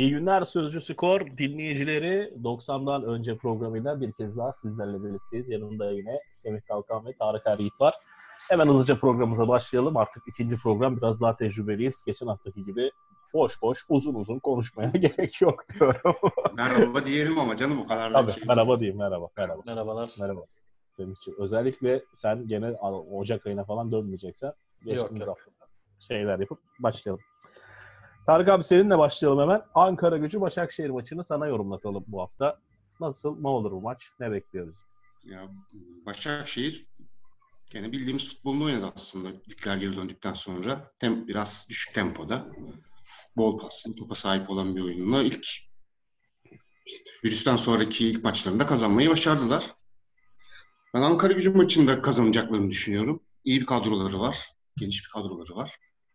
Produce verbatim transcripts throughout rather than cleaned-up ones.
İyi günler Sözcü Skor dinleyicileri. doksandan önce programıyla bir kez daha sizlerle birlikteyiz. Yanımda yine Semih Kalkan ve Tarık Eryiğit var. Hemen hızlıca programımıza başlayalım. Artık ikinci program, biraz daha tecrübeliyiz. Geçen haftaki gibi boş boş uzun uzun konuşmaya gerek yok diyorum. Merhaba diyelim ama canım o kadar da Tabii, şey merhaba diyeyim, merhaba. merhaba. Merhabalar. Merhaba. Semih'ciğim. Özellikle sen gene Ocak ayına falan dönmeyeceksen geçtiğimiz hafta şeyler yapıp başlayalım. Tarık abi seninle başlayalım hemen. Ankara-Gücü Başakşehir maçını sana yorumlatalım bu hafta. Nasıl, ne olur bu maç? Ne bekliyoruz? Ya Başakşehir gene bildiğimiz futbolunu oynadı aslında ligler geri döndükten sonra. Tem, biraz düşük tempoda. Bol paslı, topa sahip olan bir oyunla ilk işte, virüsten sonraki ilk maçlarında kazanmayı başardılar. Ben Ankara-Gücü maçında kazanacaklarını düşünüyorum. İyi bir kadroları var. Geniş bir kadroları var.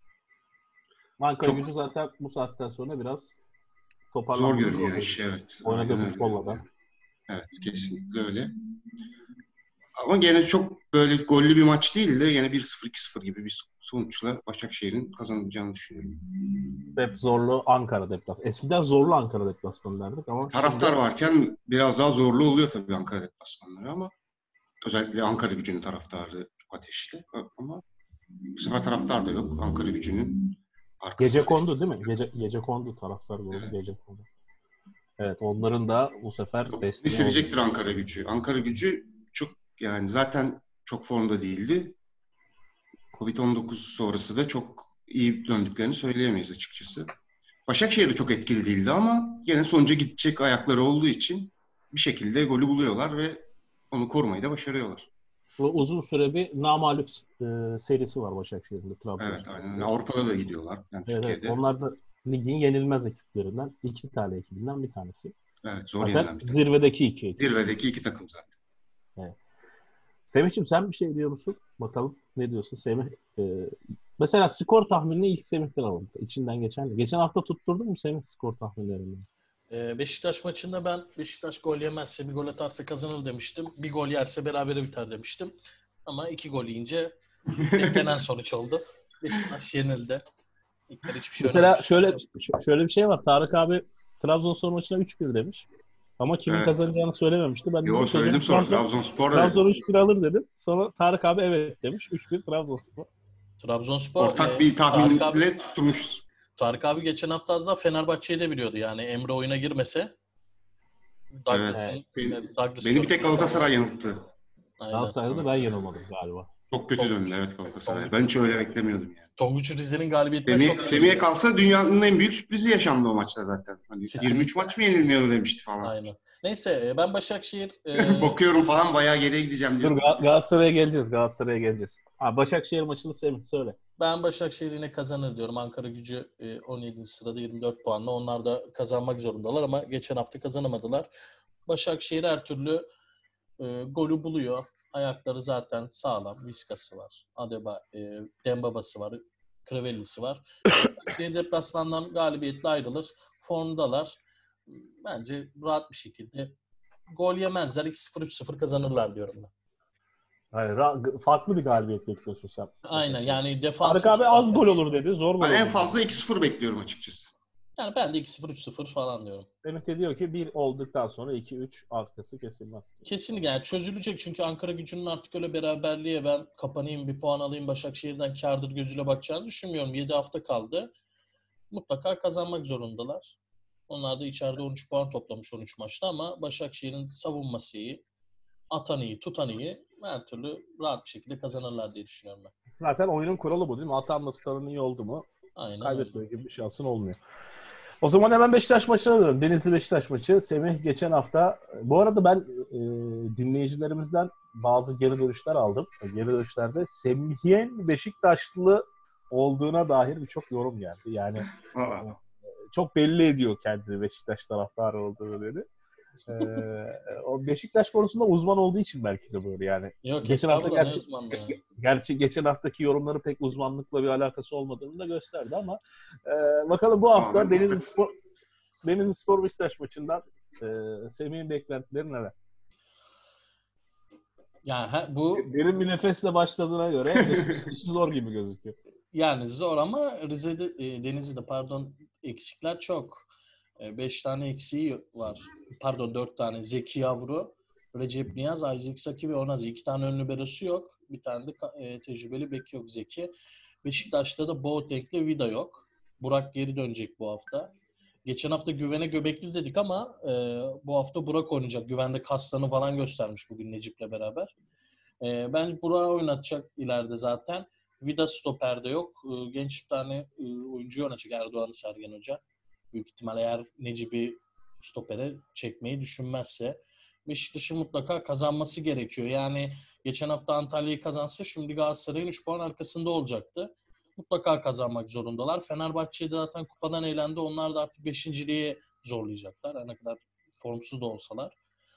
Ankara-Gücü zaten bu saatten sonra biraz toparlanmak zor görünüyor iş, evet. Oynadığı futbolla da. Evet, kesinlikle öyle. Ama gene çok böyle gollü bir maç değil de gene bir sıfır iki sıfır gibi bir sonuçla Başakşehir'in kazanacağını düşünüyorum. Hep zorlu Ankara deplasmanı. Eskiden zorlu Ankara deplasmanı derdik ama taraftar şimdi... varken biraz daha zorlu oluyor tabii Ankara deplasmanları ama özellikle Ankara-Gücü'nün taraftarı çok ateşli ama bu sefer taraftar da yok. Ankara-Gücü'nün arkasında. Gecekondu değil mi? Gece Gecekondu taraftar grubu, evet. Gecekondu. Evet, onların da bu sefer desteği hissedecektir Ankara-Gücü. Ankara-Gücü çok yani zaten çok formda değildi. covid on dokuz sonrası da çok iyi döndüklerini söyleyemeyiz açıkçası. Başakşehir de çok etkili değildi ama yine sonuca gidecek ayakları olduğu için bir şekilde golü buluyorlar ve onu korumayı da başarıyorlar. Bu uzun süre bir namağlup e, serisi var Başakşehir'de. Evet, aynen. Avrupa'da da gidiyorlar. Yani evet, Türkiye'de. Evet. Onlar da ligin yenilmez ekiplerinden. iki tane ekibinden bir tanesi. Evet, zor zaten yenilen bir takım. Zirvedeki iki ekip. Zirvedeki iki takım zaten. Evet. Semih'ciğim sen bir şey diyor musun? Bakalım ne diyorsun Semih? Ee, mesela skor tahminini ilk Semih'ten alalım. İçinden geçen. Geçen hafta tutturdun mu Semih skor tahminlerini? Ee, Beşiktaş maçında ben Beşiktaş gol yemezse, bir gol atarsa kazanır demiştim. Bir gol yerse berabere biter demiştim. Ama iki gol yiyince beklenen sonuç oldu. Beşiktaş yenildi. İlk kere hiçbir şey mesela şöyle şöyle bir şey var. Tarık abi Trabzonspor maçına üç bir demiş. Ama kimin evet. kazanacağını söylememişti. Ben Yo söyledim sonra Trabzonspor Trabzon üç bir alır dedim. Sonra Tarık abi evet demiş. üç bir Trabzonspor. Trabzonspor ortak bir tahminle tutturmuşuz. Tarık abi geçen hafta az daha Fenerbahçe'yi de biliyordu. Yani Emre oyuna girmese evet. Beni, beni bir tek Galatasaray yanılttı. Galatasaray'da da ben yanılmadım galiba. Çok kötü döndü evet Galatasaray. Ben hiç öyle beklemiyordum yani. Tonguç Rize'nin galibiyetine Semih, çok... Semih'e kalsa dünyanın en büyük sürprizi yaşandı o maçta zaten. Hani yirmi üç maç mı yenilmiyordu demişti falan. Aynen. Neyse ben Başakşehir... E... Bakıyorum falan bayağı geriye gideceğim diyor. Dur Galatasaray'a geleceğiz. Galatasaray'a geleceğiz. Ha, Başakşehir maçını Semih söyle. Ben Başakşehir yine kazanır diyorum. Ankara-Gücü on yedinci sırada yirmi dört puanla. Onlar da kazanmak zorundalar ama geçen hafta kazanamadılar. Başakşehir her türlü e, golü buluyor. Ayakları zaten sağlam. Viskası var. Adeba, e, Dembaba'sı var. Crivelli'si var. Başakşehir deplasmandan galibiyetle ayrılır. Formdalar. Bence rahat bir şekilde gol yemezler. iki sıfır üç sıfır kazanırlar diyorum ben. Yani farklı bir galibiyet bekliyorsun sen. Aynen yani defans. Tarık abi az gol olur dedi. Zor gol ben olur. En fazla iki sıfır bekliyorum açıkçası. Yani ben de iki sıfır üç sıfır falan diyorum. Demek de diyor ki bir olduktan sonra iki üç arkası kesilmez. Kesinlikle yani çözülecek çünkü Ankara-Gücü'nün artık öyle beraberliğe ben kapanayım bir puan alayım Başakşehir'den kârdır gözüyle bakacağını düşünmüyorum. yedi hafta kaldı. Mutlaka kazanmak zorundalar. Onlar da içeride on üç puan toplamış on üç maçta ama Başakşehir'in savunması iyi, atan iyi, tutan iyi. Her türlü rahat bir şekilde kazanırlar diye düşünüyorum ben. Zaten oyunun kuralı bu değil mi? Atanla tutanın iyi oldu mu aynen kaybetme gibi bir şansın olmuyor. O zaman hemen Beşiktaş maçına dönelim. Denizli Beşiktaş maçı. Semih geçen hafta, bu arada ben e, dinleyicilerimizden bazı geri dönüşler aldım. Geri dönüşlerde Semih'in Beşiktaşlı olduğuna dair birçok yorum geldi. Yani e, çok belli ediyor kendini Beşiktaş taraftarı olduğunu dedi. E, o Beşiktaş konusunda uzman olduğu için belki de böyle yani. Yok, geçen hafta gerçi, yani. gerçi geçen haftaki yorumları pek uzmanlıkla bir alakası olmadığını da gösterdi ama e, bakalım bu hafta tamam, Denizli Spor Denizli Spor Beşiktaş maçından e, Semih'in beklentileri neler? Yani ha, bu derin bir nefesle başladığına göre zor gibi gözüküyor. Yani zor ama Rize'de, e, Denizli'de pardon eksikler çok. beş tane eksiği var. Pardon dört tane. Zeki Yavru, Recep Niyaz, Isaac Saki ve Onazi. İki tane ön liberosu yok. Bir tane de e, tecrübeli beki yok Zeki. Beşiktaş'ta da Boateng'le Vida yok. Burak geri dönecek bu hafta. Geçen hafta Güven'e Göbekli dedik ama e, bu hafta Burak oynayacak. Güven'de kaslarını falan göstermiş bugün Necip'le beraber. E, bence Burak'ı oynatacak ileride zaten. Vida stoperde yok. E, genç bir tane e, oyuncuyu oynatacak Erdoğan'ı Sergen Hoca. Büyük ihtimal eğer Necip'i stopere çekmeyi düşünmezse. Beşiktaş'ın mutlaka kazanması gerekiyor. Yani geçen hafta Antalya'yı kazansa şimdi Galatasaray'ın üç puan arkasında olacaktı. Mutlaka kazanmak zorundalar. Fenerbahçe'de zaten kupadan eğlendi. Onlar da artık beşinciliğe zorlayacaklar. Her ne kadar formsuz da olsalar.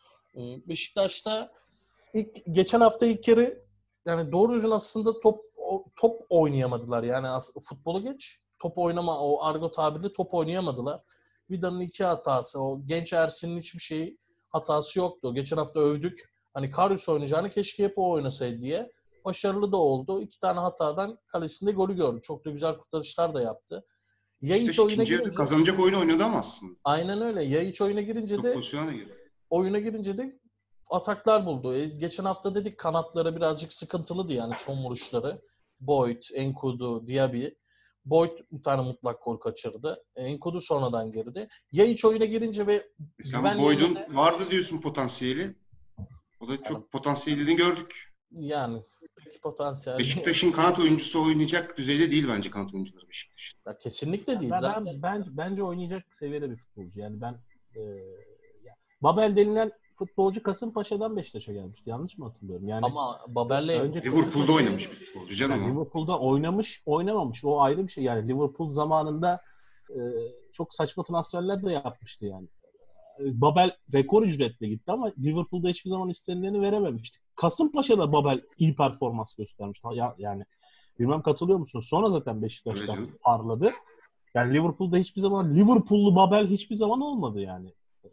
Beşiktaş'ta ilk, geçen hafta ilk yarı yani doğru düzgün aslında top top oynayamadılar. Yani futbolu geç. Top oynama, o argo tabirle top oynayamadılar. Vida'nın iki hatası, o genç Ersin'in hiçbir şey hatası yoktu. Geçen hafta övdük. Hani Karius oynayacağını keşke hep o oynasaydı diye. Başarılı da oldu. İki tane hatadan kalesinde golü gördü. Çok da güzel kurtarışlar da yaptı. Yaiç oyuna girince kazanacak oyunu oynadı ama aslında. Aynen öyle. Yaiç oyuna girince Çok de pozisyona girdi. Oyuna girince de ataklar buldu. E, geçen hafta dedik kanatları birazcık sıkıntılıydı yani son vuruşları. Boyd, Enkudu, Diaby. Boyd bir tane mutlak gol kaçırdı. Enkudu sonradan girdi. Yaiç oyuna girince ve sen Boyd'un yerine... vardı diyorsun potansiyeli. O da çok yani, potansiyelini gördük. Yani peki potansiyel. Beşiktaş'ın kanat oyuncusu oynayacak düzeyde değil bence kanat oyuncuları Beşiktaş'ın. Ya kesinlikle değil ben, zaten. Ben, ben, bence oynayacak seviyede bir futbolcu. Yani ben e, ya, Babel denilen futbolcu Kasımpaşa'dan Beşiktaş'a gelmişti. Yanlış mı hatırlıyorum? Yani ama Babel'le önce Liverpool'da oynamış bir futbolcu canım. Yani Liverpool'da oynamış, oynamamış. O ayrı bir şey. Yani Liverpool zamanında e, çok saçma transferler de yapmıştı yani. Babel rekor ücretle gitti ama Liverpool'da hiçbir zaman istenileni verememişti. Kasımpaşa'da Babel iyi performans göstermişti. Ya, yani bilmem katılıyor musun? Sonra zaten Beşiktaş'ta evet, parladı. Yani Liverpool'da hiçbir zaman Liverpool'lu Babel hiçbir zaman olmadı yani.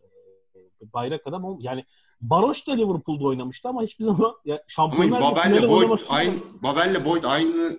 Bayrak adam ol, yani Baroş da Liverpool'da oynamıştı ama hiçbir zaman ya Şampiyonlar Babel'le Boyd aynı Babel'le Boyd aynı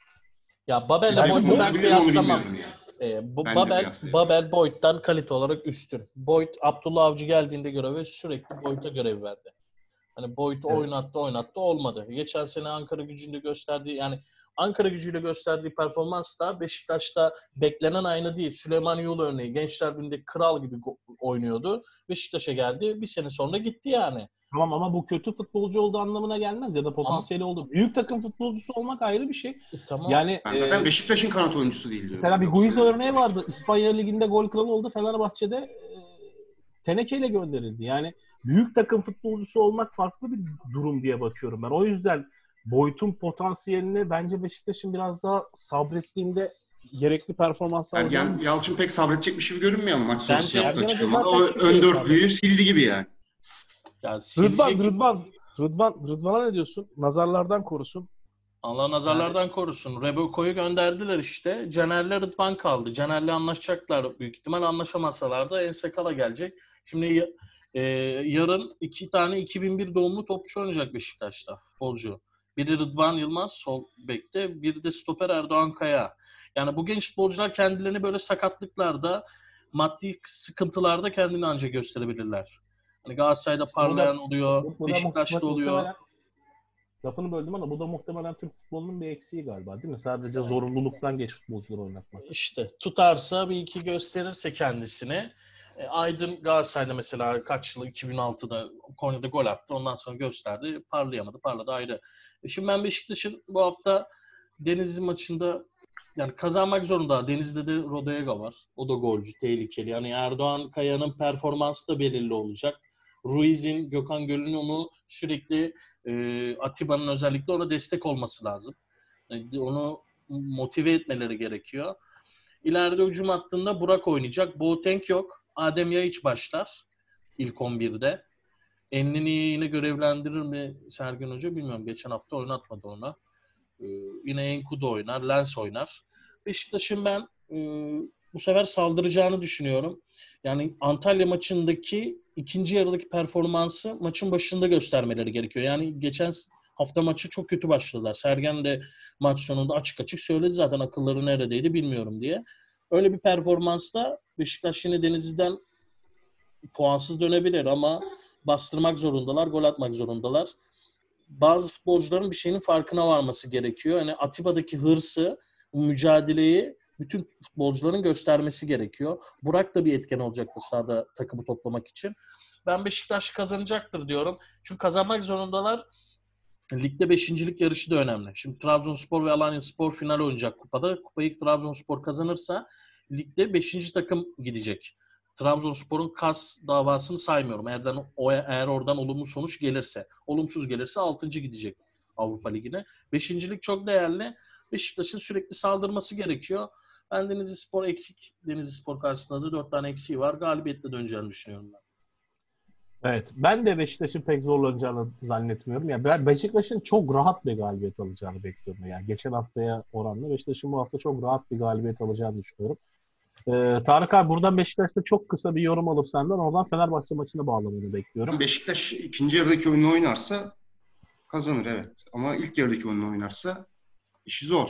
ya Babel'le Boyd'u ben kıyaslamam. Ee, bu, Babel, Babel Boyd'dan kalite olarak üstün. Boyd Abdullah Avcı geldiğinde göreve sürekli Boyd'a görev verdi. Hani Boyd'u evet, oynattı oynattı olmadı. Geçen sene Ankara Gücü'nde gösterdiği yani Ankara Gücü'yle gösterdiği performans da Beşiktaş'ta beklenen aynı değil. Süleyman Yolu örneği Gençler Birliği'nde kral gibi oynuyordu. Beşiktaş'a geldi. Bir sene sonra gitti yani. Tamam ama bu kötü futbolcu olduğu anlamına gelmez ya da potansiyeli oldu. Büyük takım futbolcusu olmak ayrı bir şey. E, tamam. Yani ben zaten e, Beşiktaş'ın kanat oyuncusu değil diyorum. Mesela bir Guiza örneği vardı. İspanya Ligi'nde gol kralı oldu. Fenerbahçe'de e, tenekeyle gönderildi. Yani büyük takım futbolcusu olmak farklı bir durum diye bakıyorum ben. O yüzden Boyd'un potansiyelini bence Beşiktaş'ın biraz daha sabrettiğinde gerekli performans alacağını... Yani Yalçın pek sabredecek bir şey görünmüyor ama maç sonrası yaptığı açıklamada. O ön dörtlüyü sildi gibi yani. yani Rıdvan, Rıdvan, Rıdvan, Rıdvan'a ne diyorsun? Nazarlardan korusun. Allah nazarlardan yani... korusun. Reboko'yu gönderdiler işte. Caner'le Rıdvan kaldı. Caner'le anlaşacaklar büyük ihtimal. Anlaşamasalar da Ensekala gelecek. Şimdi e, yarın iki tane iki bin bir doğumlu topçu oynayacak Beşiktaş'ta futbolcu. Biri Rıdvan Yılmaz sol bekte, biri de stoper Erdoğan Kaya. Yani bu genç futbolcular kendilerini böyle sakatlıklarda, maddi sıkıntılarda kendini anca gösterebilirler. Hani Galatasaray'da parlayan oluyor, bu, bu Beşiktaş'ta oluyor. Lafını böldüm ama bu da muhtemelen Türk futbolunun bir eksiği galiba değil mi? Sadece yani, zorunluluktan genç futbolcuları oynatmak. İşte tutarsa bir iki gösterirse kendisini. Aydın Galatasaray'da mesela kaç yıl iki bin altıda Konya'da gol attı. Ondan sonra gösterdi. Parlayamadı. Parladı ayrı. Şimdi ben Beşiktaş'ın bu hafta Denizli maçında yani kazanmak zorunda. Denizli'de de Rodega var. O da golcü, tehlikeli. Yani Erdoğan Kaya'nın performansı da belirli olacak. Ruiz'in, Gökhan Göl'ün onu sürekli e, Atiba'nın özellikle ona destek olması lazım. Yani onu motive etmeleri gerekiyor. İleride hücum hattında Burak oynayacak. Boateng yok. Adem Yaiç başlar ilk on birde. Enlini'yi yine görevlendirir mi Sergen Hoca bilmiyorum. Geçen hafta oynatmadı ona. Ee, yine Enkudu oynar, Lens oynar. Beşiktaş'ın ben e, bu sefer saldıracağını düşünüyorum. Yani Antalya maçındaki ikinci yarıdaki performansı maçın başında göstermeleri gerekiyor. Yani geçen hafta maçı çok kötü başladılar. Sergen de maç sonunda açık açık söyledi zaten akılları neredeydi bilmiyorum diye. Öyle bir performansla Beşiktaş yine Denizli'den puansız dönebilir ama bastırmak zorundalar, gol atmak zorundalar. Bazı futbolcuların bir şeyin farkına varması gerekiyor. Yani Atiba'daki hırsı, mücadeleyi bütün futbolcuların göstermesi gerekiyor. Burak da bir etken olacaktır sahada takımı toplamak için. Ben Beşiktaş kazanacaktır diyorum. Çünkü kazanmak zorundalar. Ligde beşincilik yarışı da önemli. Şimdi Trabzonspor ve Alanyaspor final oynayacak kupada. Kupayı Trabzonspor kazanırsa ligde beşinci takım gidecek. Trabzonspor'un Kas davasını saymıyorum. Eğer, eğer oradan olumlu sonuç gelirse. Olumsuz gelirse altıncı gidecek Avrupa Ligi'ne. Beşincilik çok değerli. Beşiktaş'ın sürekli saldırması gerekiyor. Ben Denizlispor eksik. Denizlispor karşısında da dört tane eksiği var. Galibiyetle döneceğini düşünüyorum ben. Evet. Ben de Beşiktaş'ın pek zorlanacağını zannetmiyorum. Ya ben Beşiktaş'ın çok rahat bir galibiyet alacağını bekliyorum. Yani geçen haftaya oranla Beşiktaş'ın bu hafta çok rahat bir galibiyet alacağını düşünüyorum. Ee, Tarık abi buradan Beşiktaş'ta çok kısa bir yorum alıp senden oradan Fenerbahçe maçını bağlamanı bekliyorum. Beşiktaş ikinci yarıdaki oyunu oynarsa kazanır, evet. Ama ilk yarıdaki oyunu oynarsa işi zor.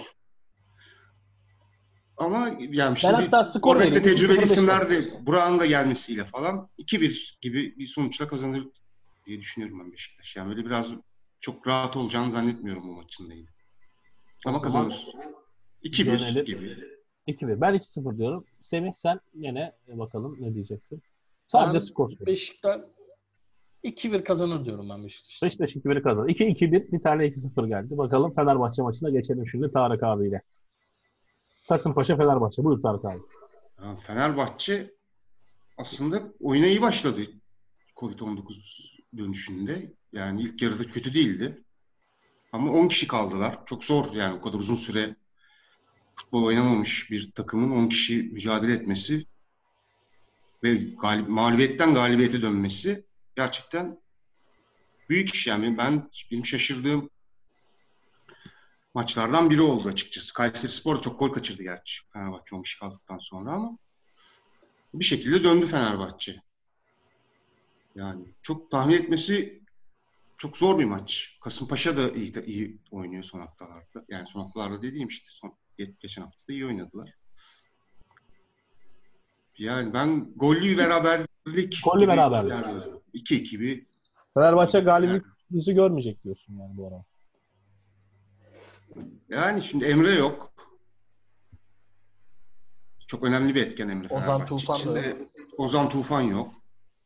Ama yani şimdi Forvet'te tecrübeli isimler de Burak'ın da gelmesiyle falan iki bir gibi bir sonuçla kazanır diye düşünüyorum ben Beşiktaş. Yani böyle biraz çok rahat olacağını zannetmiyorum bu maçın da yine. Ama kazanır. iki bir gibi. iki bir. Ben iki sıfır diyorum. Semih sen yine bakalım ne diyeceksin? Sadece ben skor söyle. Beşiktaş iki bir kazanır diyorum ben Beşiktaş. Beşiktaş iki bir kazanır. iki iki bir bir tane iki sıfır geldi. Bakalım Fenerbahçe maçına geçelim şimdi Tarık abiyle. Kasımpaşa Fenerbahçe. Buyur Tarık abi. Yani Fenerbahçe aslında oyuna iyi başladı covid on dokuz dönüşünde. Yani ilk yarıda kötü değildi. Ama on kişi kaldılar. Çok zor yani o kadar uzun süre futbol oynamamış bir takımın on kişi mücadele etmesi ve galib- mağlubiyetten galibiyete dönmesi gerçekten büyük iş yani. Ben benim şaşırdığım maçlardan biri oldu açıkçası. Kayserispor çok gol kaçırdı gerçi Fenerbahçe on kişi kaldıktan sonra ama bir şekilde döndü Fenerbahçe. Yani çok tahmin etmesi çok zor bir maç. Kasımpaşa da iyi, de iyi oynuyor son haftalarda. Yani son haftalarda dediğim işte son, geçen hafta da iyi oynadılar. Yani ben gollü beraberlik gollü gibi beraberlik. iki iki bir. Fenerbahçe galibiyet yüzü görmeyecek diyorsun yani bu ara. Yani şimdi Emre yok. Çok önemli bir etken Emre Ozan Fenerbahçe Tufan için. da yok. Ozan Tufan yok.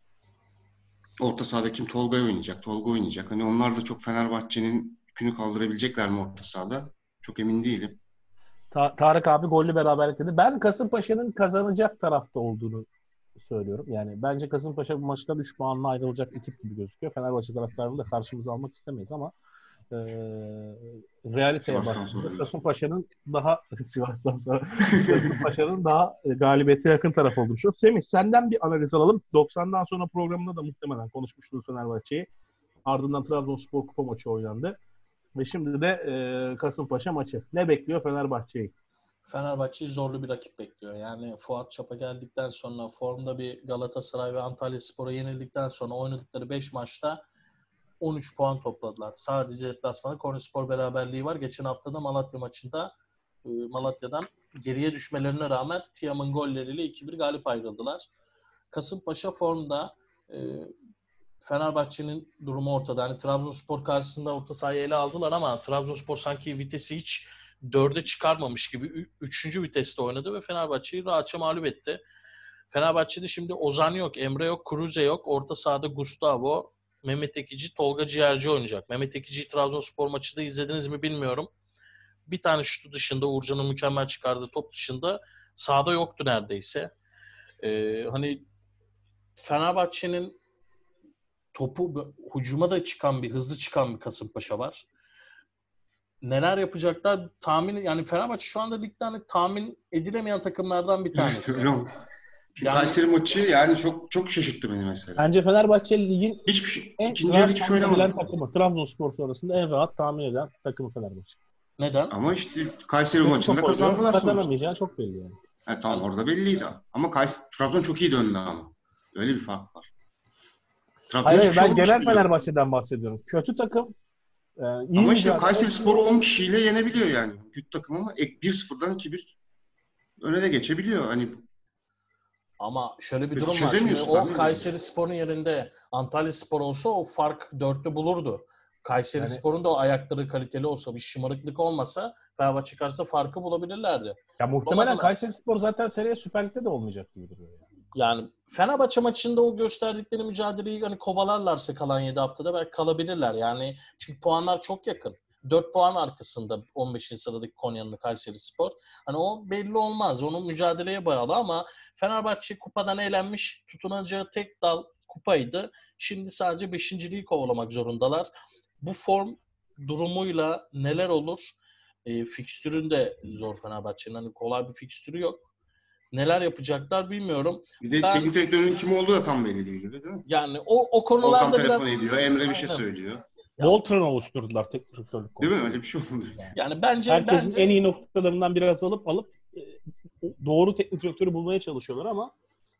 Orta sahada kim? Tolga oynayacak. Tolga oynayacak. Hani onlar da çok Fenerbahçe'nin yükünü kaldırabilecekler mi orta sahada? Çok emin değilim. Ta- Tarık abi gollü beraberlik dedi. Ben Kasımpaşa'nın kazanacak tarafta olduğunu söylüyorum. Yani bence Kasımpaşa bu maçtan üç puanla ayrılacak ekip gibi gözüküyor. Fenerbahçe taraftarını da karşımıza almak istemeyiz ama e, realiteye baktığımızda Kasımpaşa'nın daha Sivas'tan sonra Kasımpaşa'nın daha e, galibiyete yakın taraf olduğunu düşünüyorum. Semih senden bir analiz alalım. doksandan sonra programında da muhtemelen konuşmuştuk Fenerbahçe'yi. Ardından Trabzonspor kupa maçı oynandı. Ve şimdi de e, Kasımpaşa maçı. Ne bekliyor Fenerbahçe'yi? Fenerbahçe'yi zorlu bir rakip bekliyor. Yani Fuat Çapa geldikten sonra formda bir Galatasaray ve Antalyaspor'a yenildikten sonra oynadıkları beş maçta on üç puan topladılar. Sadece deplasmanda Konyaspor beraberliği var. Geçen haftada Malatya maçında e, Malatya'dan geriye düşmelerine rağmen Tiam'ın golleriyle iki bir galip ayrıldılar. Kasımpaşa formda. E, Fenerbahçe'nin durumu ortada. Hani Trabzonspor karşısında orta sahayı ele aldılar ama Trabzonspor sanki vitesi hiç dörde çıkarmamış gibi üçüncü viteste oynadı ve Fenerbahçe'yi rahatça mağlup etti. Fenerbahçe'de şimdi Ozan yok, Emre yok, Kuruze yok. Orta sahada Gustavo, Mehmet Ekici, Tolga Ciğerci oynayacak. Mehmet Ekici'yi Trabzonspor maçında izlediniz mi bilmiyorum. Bir tane şutu dışında, Uğurcan'ın mükemmel çıkardığı top dışında sahada yoktu neredeyse. Ee, hani Fenerbahçe'nin topu hücuma da çıkan bir, hızlı çıkan bir Kasımpaşa var. Neler yapacaklar tahmin, yani Fenerbahçe şu anda ligde hani tahmin edilemeyen takımlardan bir tanesi. Evet, yok. Yani, Kayseri maçı yani çok çok şaşırttı beni mesela. Bence Fenerbahçe ligin hiçbir şey, en ikinci yarı hiçbir şey oynamadı. takımı. Trabzonspor sonrasında en rahat tahmin eden takımı Fenerbahçe. Neden? Ama işte Kayseri Kötü maçında kazandılar sonuçta. Kazanamayacağı çok belli yani. He, tamam orada belliydi. Ama Kayseri, Trabzon çok iyi döndü ama. Öyle bir fark var. Trabzon hayır, ben genel Fenerbahçe'den bahsediyorum. Kötü takım. E, iyi ama işte Kayserispor'u on kişiyle yenebiliyor yani. Kötü takım ama ek bir sıfırdan iki bir öne de geçebiliyor. Hani Ama şöyle bir Biz durum var. Şimdi çözemiyorsun, o anladın mı? Kayserispor'un yerinde Antalyaspor olsa o fark dörtte bulurdu. Kayserispor'un da o ayakları kaliteli olsa, bir şımarıklık olmasa Fenerbahçe karşısında farkı bulabilirlerdi. Ya muhtemelen Bulamadılar. Kayserispor zaten seneye Süper Lig'de de olmayacak gibi duruyor yani. Yani Fenerbahçe maçında o gösterdikleri mücadeleyi hani kovalarlarsa kalan yedi haftada belki kalabilirler. Yani çünkü puanlar çok yakın. dört puan arkasında on beşinci sıradaki Konya'nın Kayserispor. Hani o belli olmaz. Onun mücadeleye bağlı ama Fenerbahçe kupadan elenmiş, tutunacağı tek dal kupaydı. Şimdi sadece beşinciliği kovalamak zorundalar. Bu form durumuyla neler olur? E, fikstürün de zor Fenerbahçe'nin. Hani kolay bir fikstürü yok. Neler yapacaklar bilmiyorum. Bir de Ben, teknik direktörün kim olduğu da tam belli değil gibi değil mi? yani o, o Volkan konularda telefon biraz... ediyor, Emre bir şey Aynen. söylüyor. Voltron oluşturdular teknik direktörlük Değil mi? konusunda. Öyle bir şey oldu. Yani bence Herkesin bence en iyi noktalarından biraz alıp alıp e, doğru teknik direktörü bulmaya çalışıyorlar ama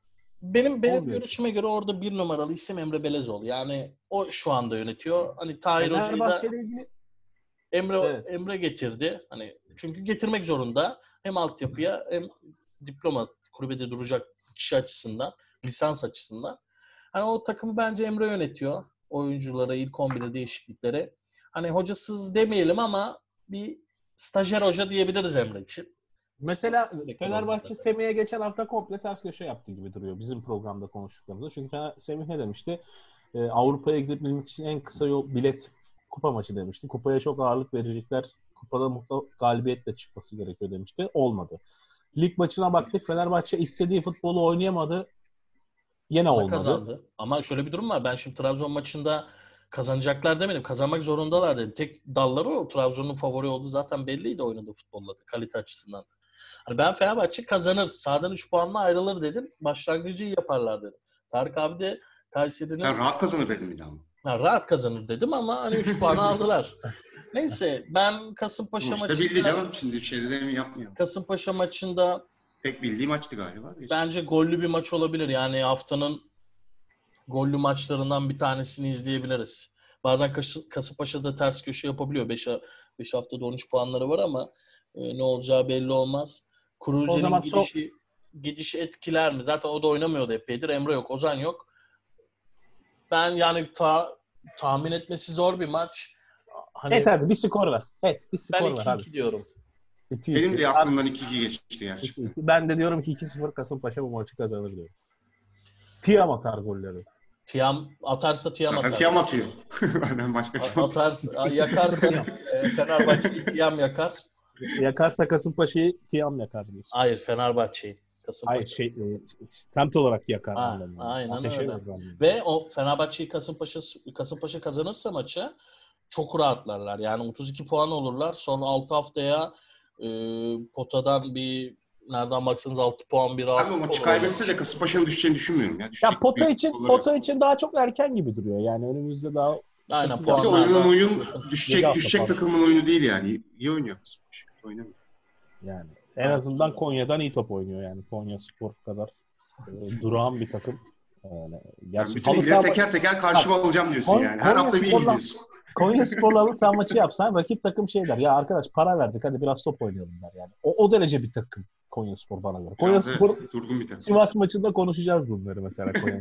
benim benim olmuyor. görüşüme göre orada bir numaralı isim Emre Belezoğlu. Yani o şu anda yönetiyor. Hani Tahir Hoca'yı da Fenerbahçe ile ilgili Emre evet. Emre getirdi. Hani çünkü getirmek zorunda. Hem altyapıya hem diploma kulübede duracak kişi açısından, lisans açısından. Hani o takımı bence Emre yönetiyor. Oyunculara, ilk on bire değişikliklere. Hani hocasız demeyelim ama bir stajyer hoca diyebiliriz Emre için. Mesela Sürekli Fenerbahçe bozdu. Semih'e geçen hafta komple ters köşe yaptı gibi duruyor bizim programda konuştuklarımızda. Çünkü Fener, Semih ne demişti? Ee, Avrupa'ya gidebilmek için en kısa yol bilet kupa maçı demişti. Kupaya çok ağırlık verecekler. Kupada mutlaka galibiyetle çıkması gerekiyor demişti. Olmadı. Lig maçına baktık. Fenerbahçe istediği futbolu oynayamadı. Yine Ama olmadı. kazandı. Ama şöyle bir durum var. Ben şimdi Trabzon maçında kazanacaklar demedim. Kazanmak zorundalar dedim. Tek dalları o. Trabzon'un favori olduğu zaten belliydi oynadığı futbolla, kalite açısından. Hani ben Fenerbahçe kazanır. Sağdan üç puanla ayrılır dedim. Başlangıcı iyi yaparlar dedim. Tarık abi de Kayseri'nin Sen rahat kazanır dedim bir daha. ha, rahat kazanır dedim ama hani üç puanı aldılar. Neyse ben Kasımpaşa Sonuçta maçında bildi canım. Şimdi şeyde de mi yapmıyor? Kasımpaşa maçında Pek bildiği maçtı galiba. bence gollü bir maç olabilir. Yani haftanın gollü maçlarından bir tanesini izleyebiliriz. Bazen Kas- Kasımpaşa'da ters köşe yapabiliyor. beş haftada on üç puanları var ama e, ne olacağı belli olmaz. O Cruze'nin zaman so- gidişi gidişi etkiler mi? Zaten o da oynamıyordu epeydir. Emre yok, Ozan yok. Ben yani ta, tahmin etmesi zor bir maç. Hani Evet hadi bir skor ver. Evet bir ben skor ver iki hadi. iki diyorum. iki Benim iki. de aklımdan iki iki geçti gerçekten. iki iki. Ben de diyorum ki iki sıfır Kasımpaşa bu maçı kazanır diyorum. Tiam atar golleri. Tiam atarsa Tiam Zaten atar. Tiam atıyor. Benden başka kim atıyor? Atarsa, yakarsa e, Fenerbahçe'yi Tiam yakar. Yakarsa Kasımpaşa'yı Tiam yakar diyorsun. Hayır, Fenerbahçe'yi. Hayır Kasımpaşa. şey e, semt olarak yakar. Ha, anlamında. aynen Ateşe öyle. vurur anlamında. Ve o Fenerbahçe'yi Kasımpaşa Kasımpaşa kazanırsa maçı çok rahatlarlar. Yani otuz iki puan olurlar. Son altı haftaya e, potadan bir nereden baksanız altı puan bir Ben rahat o maçı olur. kaybetse de Kasımpaşa'nın düşeceğini düşünmüyorum. Ya, düşecek Ya pota bir için futbol pota arası. için daha çok erken gibi duruyor. Yani önümüzde daha Aynen, sekiz puan- Bir de hafta- oynanan oyun yedi düşecek hafta düşecek pardon. takımın oyunu değil yani. İyi oynuyor Kasımpaşa. Oynamıyor. Yani en azından Konya'dan iyi top oynuyor yani. Konya Spor kadar e, durağan bir takım. Yani, Sen gerçi bütün halı illeri saha teker teker karşıma alacağım diyorsun Kon- yani. Her Konya hafta bir iyi Spor'la- gidiyorsun. Konya Spor'la halı saha maçı yapsan rakip takım şey der. Ya arkadaş para verdik hadi biraz top oynayalım der yani. O, o derece bir takım Konya Spor bana göre. Konya Biraz Spor evet, durgun bir takım. Sivas maçında konuşacağız bunları mesela Konya.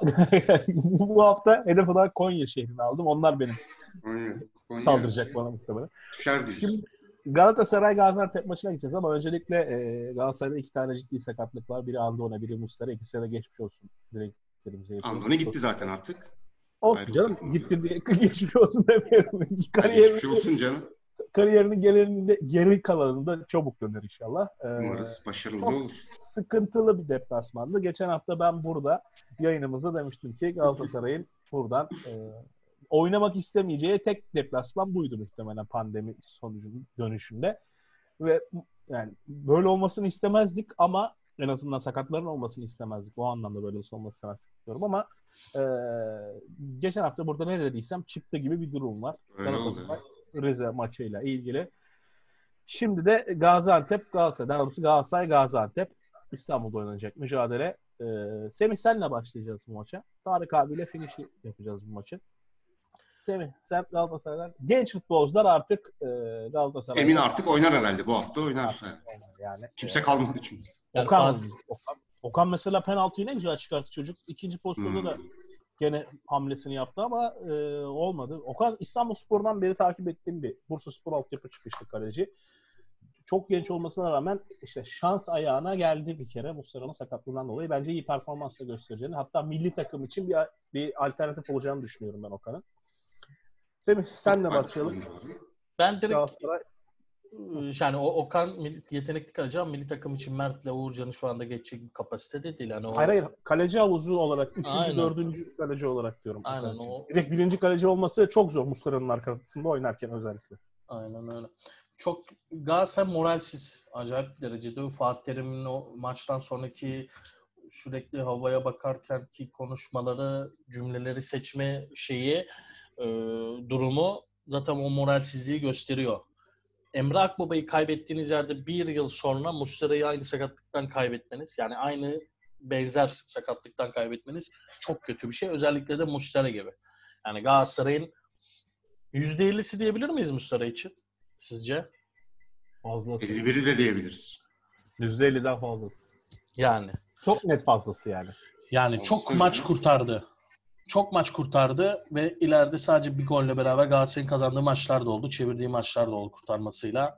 Bu hafta hedef olarak Konya şehrini aldım. Onlar benim Konya, Konya saldıracak bana muhtemelen. düşer diyorsun. Şimdi Galatasaray Gaziantep maçına gideceğiz ama öncelikle e, Galatasaray'da iki tane ciddi sakatlık var. Biri Andone, biri Muslera. İkisine de geçmiş olsun. Dileklerimize yapıyoruz. Andone gitti zaten artık. Olsun Ayrıldı canım. takımdan. Gitti diye geçmiş olsun demiyorum. Yani Kariyerini, geçmiş olsun canım. kariyerinin geleninde, geri kalanında çabuk döner inşallah. Ee, Umarız başarılı çok olur. sıkıntılı bir deplasmandı. Geçen hafta ben burada yayınımızda demiştim ki Galatasaray'ın buradan e, oynamak istemeyeceği tek deplasman buydu muhtemelen pandemi sonucunun dönüşünde. Ve yani böyle olmasını istemezdik ama en azından sakatların olmasını istemezdik. O anlamda böyle olmasını istemezdik diyorum ama e, geçen hafta burada ne dediysem çıktı gibi bir durum var. Öyle Galatasaray oldu. Rize maçıyla ilgili. Şimdi de Gaziantep, Galatasaray, daha doğrusu Galatasaray, Gaziantep İstanbul'da oynanacak mücadele. Ee, Semih senle başlayacağız bu maça. Tarık abiyle finişi yapacağız bu maçı. Semih sen Galatasaray'dan. Genç futbolcular artık e, Galatasaray'da. Emin artık oynar herhalde. Bu hafta oynar. Yani, Kimse kalmadı çünkü. Yani Okan, Fatih, Okan, Okan mesela penaltıyı ne güzel çıkarttı çocuk. İkinci pozisyonda Hmm. da gene hamlesini yaptı ama e, olmadı. Okan İstanbulspor'dan beri takip ettiğim bir Bursaspor altyapı çıkışlı kaleci. Çok genç olmasına rağmen işte şans ayağına geldi bir kere Muslera'nın sakatlığından dolayı. Bence iyi performans da göstereceğini. Hatta milli takım için bir, bir alternatif olacağını düşünüyorum ben Okan'ın. Semih senle başlayalım. Ben direkt Galatasaray. yani o Okan yetenekli kaleci ama milli takım için Mert'le Uğurcan'ı şu anda geçecek bir kapasitede değil. Yani o... Hayır hayır. Kaleci havuzu olarak üçüncü, Aynen. dördüncü kaleci olarak diyorum. Aynen o. Direkt birinci kaleci olması çok zor Muslera'nın arkasında oynarken özellikle. Aynen öyle. Çok Galatasaray moralsiz. Acayip derecede. Fatih Terim'in o maçtan sonraki sürekli havaya bakarken ki konuşmaları, cümleleri seçme şeyi, e, durumu zaten o moralsizliği gösteriyor. Emre Akbaba'yı kaybettiğiniz yerde bir yıl sonra Muslera'yı aynı sakatlıktan kaybetmeniz, yani aynı benzer sakatlıktan kaybetmeniz çok kötü bir şey. Özellikle de Muslera gibi. Yani Galatasaray'ın yüzde ellisi diyebilir miyiz Muslera için? Sizce? Fazlası. elli biri de diyebiliriz. yüzde elliden fazlası. Yani. Çok net fazlası yani. Yani Olsun çok maç ya. kurtardı. Çok maç kurtardı ve ileride sadece bir golle beraber Galatasaray'ın kazandığı maçlar da oldu. Çevirdiği maçlar da oldu kurtarmasıyla.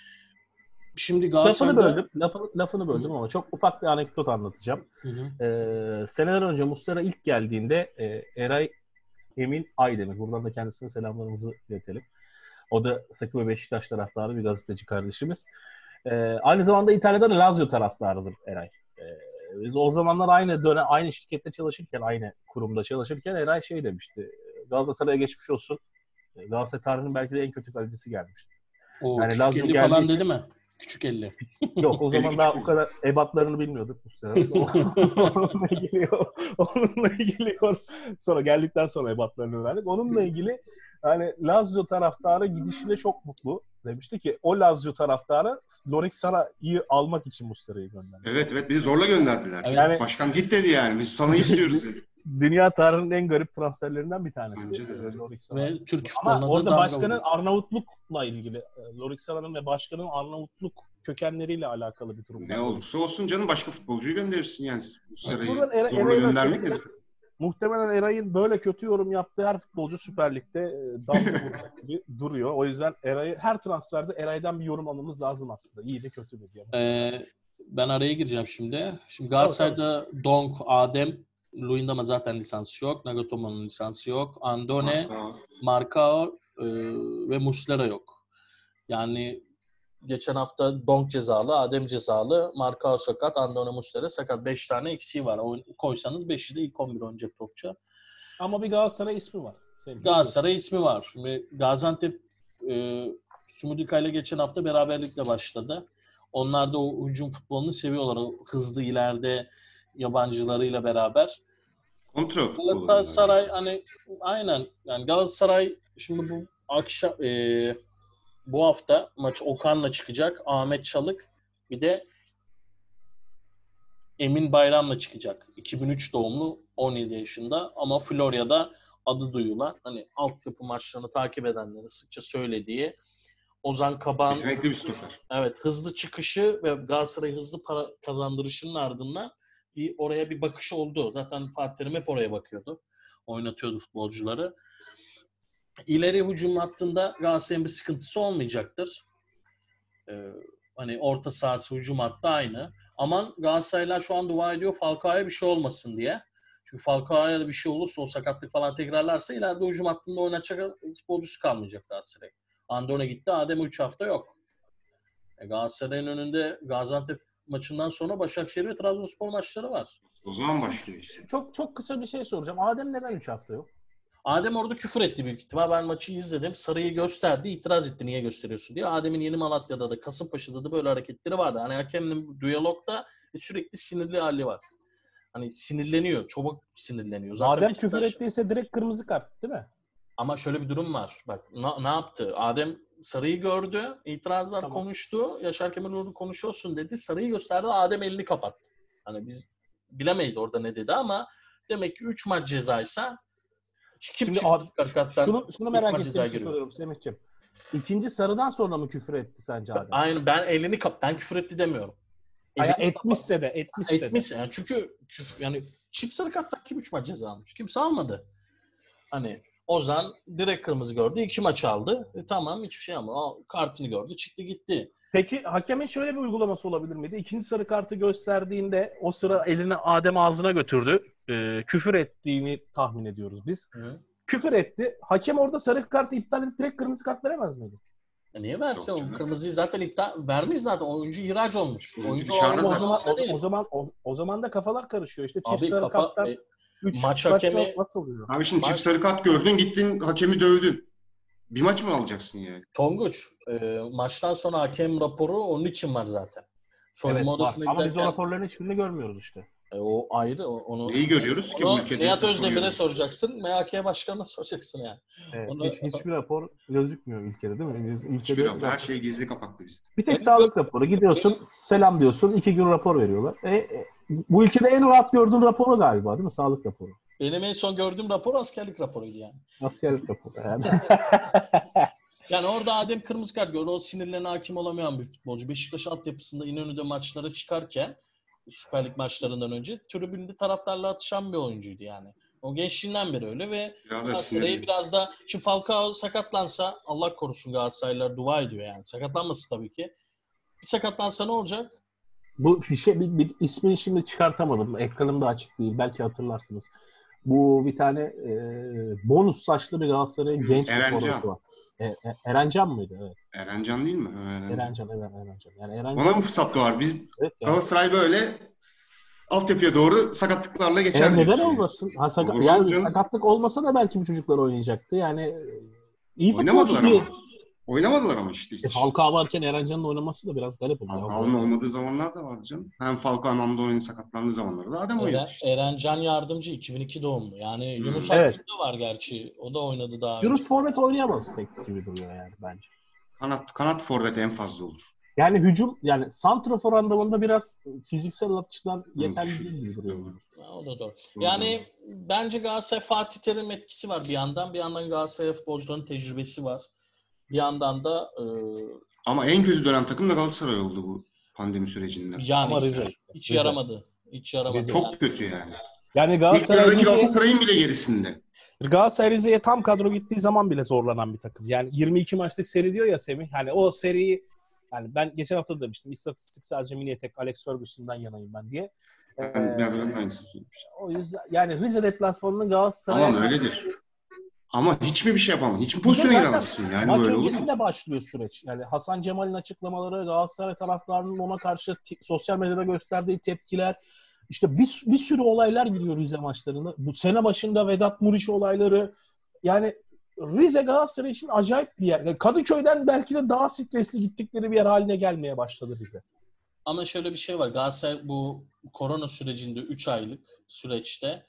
Şimdi Lafını Galatasaray'da... böldüm. Lafını, lafını böldüm ama çok ufak bir anekdot anlatacağım. Hı hı. Ee, seneler önce Muslera ilk geldiğinde e, Eray Emin Aydemir. Buradan da kendisine selamlarımızı iletelim. O da sıkı bir Beşiktaş taraftarı bir gazeteci kardeşimiz. Ee, aynı zamanda İtalya'da da Lazio taraftarıdır Eray. Ee, biz o zamanlar aynı dönem, aynı şirkette çalışırken, aynı kurumda çalışırken Eray şey demişti. Galatasaray'a geçmiş olsun. Galatasaray tarihinin belki de en kötü kalecisi gelmişti. O Yani küçük Lazio elli geldiği falan için- dedi mi? Küçük elli. Yok o zaman daha o kadar ebatlarını bilmiyorduk Muslera'nın. Onunla ilgili, onunla ilgili sonra geldikten sonra ebatlarını öğrendik. Onunla ilgili yani Lazio taraftarı gidişine çok mutlu. Demişti ki o Lazio taraftarı Lorik Sara'yı almak için Muslera'yı gönderdi. Evet evet bizi zorla gönderdiler. Evet. Yani Başkan git dedi yani. Biz sana istiyoruz dedi. dünya tarihinin en garip transferlerinden bir tanesi. Bence de. Lorik Sara. Ve Türk Ama futboluna da orada damga başkanın vurdu. Arnavutluk'la ilgili, Lorik Sara'nın ve başkanın Arnavutluk kökenleriyle alakalı bir durum. Ne olursa olsun canım başka futbolcuyu gönderirsin yani. Bu Sarayı Buradan Era- zorla Eray'ın göndermek özellikle- nedir? Muhtemelen Eray'ın böyle kötü yorum yaptığı her futbolcu Süper Lig'de e, damga vuracak gibi duruyor. O yüzden Eray'ı her transferde Eray'dan bir yorum almamız lazım aslında. İyi de kötü de diye. Ee, ben araya gireceğim şimdi. Şimdi Galatasaray'da Donk, Adem, Luyendam'a zaten lisansı yok. Nagatomo'nun lisansı yok. Andone, Marka- Marcao e, ve Muslera yok. Yani geçen hafta Donk cezalı, Adem cezalı, Marcao sakat, Andone Muslera sakat. beş tane eksiği var. O, koysanız beşi de ilk on bir oynayacak topçu. Ama bir Galatasaray ismi var. Senin Galatasaray ismi var. Şimdi Gaziantep e, Sumudika ile geçen hafta beraberlikle başladı. Onlar da o hücum futbolunu seviyorlar. O hızlı ileride yabancılarıyla beraber. Kontra futbolu. Galatasaray hani aynen yani Galatasaray şimdi bu akşam e, bu hafta maç Okan'la çıkacak. Ahmet Çalık bir de Emin Bayram'la çıkacak. iki bin üç doğumlu on yedi yaşında ama Florya'da adı duyulan hani altyapı maçlarını takip edenlerin sıkça söylediği Ozan Kabak'ın Yetenekli bir stoper. evet hızlı çıkışı ve Galatasaray hızlı para kazandırışının ardından bir oraya bir bakış oldu. Zaten Fatih Terim hep oraya bakıyordu. Oynatıyordu futbolcuları. İleri hücum hattında Galatasaray'ın bir sıkıntısı olmayacaktır. Ee, hani orta sahası hücum hattı aynı. Aman Galatasaraylar şu an dua ediyor Falcao'ya bir şey olmasın diye. Çünkü Falcao'ya da bir şey olursa o sakatlık falan tekrarlarsa ileride hücum hattında oynatacak futbolcusu kalmayacak Galatasaray. Andone gitti. Adem üç hafta yok. E Galatasaray'ın önünde Gaziantep maçından sonra Başakşehir ve Trabzonspor maçları var. O zaman başlıyor işte. Çok çok kısa bir şey soracağım. Adem neden üç hafta yok? Adem orada küfür etti büyük ihtimal. Ben maçı izledim. Sarı'yı gösterdi. İtiraz etti niye gösteriyorsun diye. Adem'in Yeni Malatya'da da Kasımpaşa'da da böyle hareketleri vardı. Hani hakemle diyalogda sürekli sinirli hali var. Hani sinirleniyor. Çabuk sinirleniyor. Zaten Adem Beşiktaş- küfür ettiyse direkt kırmızı kart değil mi? Ama şöyle bir durum var. Bak na- ne yaptı? Adem Sarı'yı gördü. İtirazlar Tamam. konuştu. Yaşar Kemal'oğlu konuşuyorsun dedi. Sarı'yı gösterdi. Adem elini kapattı. Hani biz bilemeyiz orada ne dedi ama demek ki üç maç cezaysa kim Şimdi çıksın abi, karikattan? şunu, şunu üç merak maç ettiğim ceza için giriyor. soruyorum Semih'ciğim. İkinci sarıdan sonra mı küfür etti sence Adem? Aynen ben elini kap ben küfür etti demiyorum. Aya etmişse de etmişse de. Etmişse yani çünkü yani çift sarı karttan kim üç maç ceza almış? Kimse almadı. Hani Ozan direkt kırmızı gördü. iki maç aldı. E, tamam hiçbir şey ama kartını gördü. Çıktı gitti. Peki hakemin şöyle bir uygulaması olabilir miydi? İkinci sarı kartı gösterdiğinde o sıra elini Adem ağzına götürdü. E, küfür ettiğini tahmin ediyoruz biz. Hı. Küfür etti. Hakem orada sarı kartı iptal edip direkt kırmızı kart veremez miydi? Ya niye versin? Yok O canım. kırmızıyı zaten iptal vermiş zaten. Oyuncu ihraç olmuş. Oyuncu Oyuncu dışarıda o, O zaten. zaman, o, değil. o zaman o, o zaman da kafalar karışıyor. İşte çift Abi sarı kafa karttan e, üç maç maç hakemi- maç oluyor. Abi şimdi Maç- çift sarı kart gördün, gittin hakemi dövdün. Bir maç mı alacaksın yani? Tonguç e, maçtan sonra hakem raporu onun için var zaten. Soyunma Evet, var. odasına Ama biz o giderken raporların hiçbirini görmüyoruz işte. e, o ayrı o- onu Neyi görüyoruz ki bu onu ülkede? Nihat Rapor Özdemir'e görüyoruz. soracaksın. M H K Başkanı'na soracaksın yani. Evet, Onu- hiç, hiçbir rapor gözükmüyor ülkede değil mi? Biz, ülkede Hiçbir rapor, her şey gizli kapaklı bizde. bir tek Benim sağlık gör- raporu. Gidiyorsun, selam diyorsun, iki gün rapor veriyorlar. E, e, bu ülkede en rahat gördüğün raporu galiba değil mi? Sağlık raporu. Benim en son gördüğüm rapor askerlik raporuydu yani. Askerlik raporu yani. Yani orada Adem kırmızı kart gördü. O sinirlerine hakim olamayan bir futbolcu. Beşiktaş altyapısında İnönü'de maçlara çıkarken Süper Lig maçlarından önce tribünde taraftarla atışan bir oyuncuydu yani. O gençliğinden beri öyle ve Biraz da Galatasaray'ı sinirli. biraz da şimdi Falcao sakatlansa Allah korusun Galatasaraylılar dua ediyor yani. Sakatlanmasın tabii ki. Bir sakatlansa ne olacak? Bu bir şey bir, bir ismini şimdi çıkartamadım. Ekranım da açık değil. Belki hatırlarsınız. Bu bir tane e, bonus saçlı bir Galatasaray'ın genç bir Erencan. forveti var. E, e, Erencan mıydı? Evet. Erencan değil mi? Ha, Erencan. Erencan, evet Erencan. Yani Erencan. Ona mı fırsat doğar? Biz Evet, yani. Galatasaray böyle altyapıya doğru sakatlıklarla geçer E, neden diyorsun yani. olmasın? Ha, sakat, Olur yani canım. sakatlık olmasa da belki bu çocuklar oynayacaktı. Yani e, iyi Oynamadılar futbolcu diye. ama. Oynamadılar ama işte hiç. E, Falcao varken Erencan'ın oynaması da biraz garip oldu. Falcao'nun olmadığı zamanlar da vardı canım. Hem Falcao hem Amdo'nun sakatlandığı zamanlarda da adam oynadı Eren, işte. Erencan Yardımcı iki bin iki doğumlu. Yani Hmm. Yunus Evet. Akgün de var gerçi. O da oynadı daha önce. Yunus forvet oynayamaz pek gibi duruyor yani bence. Kanat, kanat forvet en fazla olur. Yani hücum, yani santrafor anlamında biraz fiziksel açıdan yeterli düşün. değil gibi duruyor. Doğru. Yunus. Ha, o da doğru. Doğru. Yani bence Galatasaray Fatih Terim etkisi var bir yandan. Bir yandan Galatasaray futbolcuların tecrübesi var. Bir yandan da e, Ama en kötü dönen takım da Galatasaray oldu bu pandemi sürecinde. yani Ama hiç, Rize. hiç Rize. yaramadı. Hiç yaramadı. Rize. Çok yani. kötü yani. Yani İlk Galatasaray yarıdaki Rize'ye, Galatasaray'ın bile gerisinde. Galatasaray Rize'ye tam kadro gittiği zaman bile zorlanan bir takım. Yani yirmi iki maçlık seri diyor ya Semih. Hani o seriyi, yani ben geçen hafta da demiştim. İstatistik sadece mini etek Alex Ferguson'dan yanayım ben diye. Ben, Ee, ben, ben de aynısını söylemiştim. O yüzden yani Rize deplasmanının Galatasaray'a... Tamam öyledir. Ama hiç mi bir şey yapamam? Hiç mi pozisyona Zaten giremezsin? Yani Maç böyle olur mu? öncesinde başlıyor süreç. Yani Hasan Cemal'in açıklamaları, Galatasaray taraftarının ona karşı t- sosyal medyada gösterdiği tepkiler, işte bir, bir sürü olaylar gidiyor Rize maçlarında. Bu sene başında Vedat Muriç olayları, yani Rize Galatasaray için acayip bir yer. Yani Kadıköy'den belki de daha stresli gittikleri bir yer haline gelmeye başladı Rize. Ama şöyle bir şey var. Galatasaray bu korona sürecinde üç aylık süreçte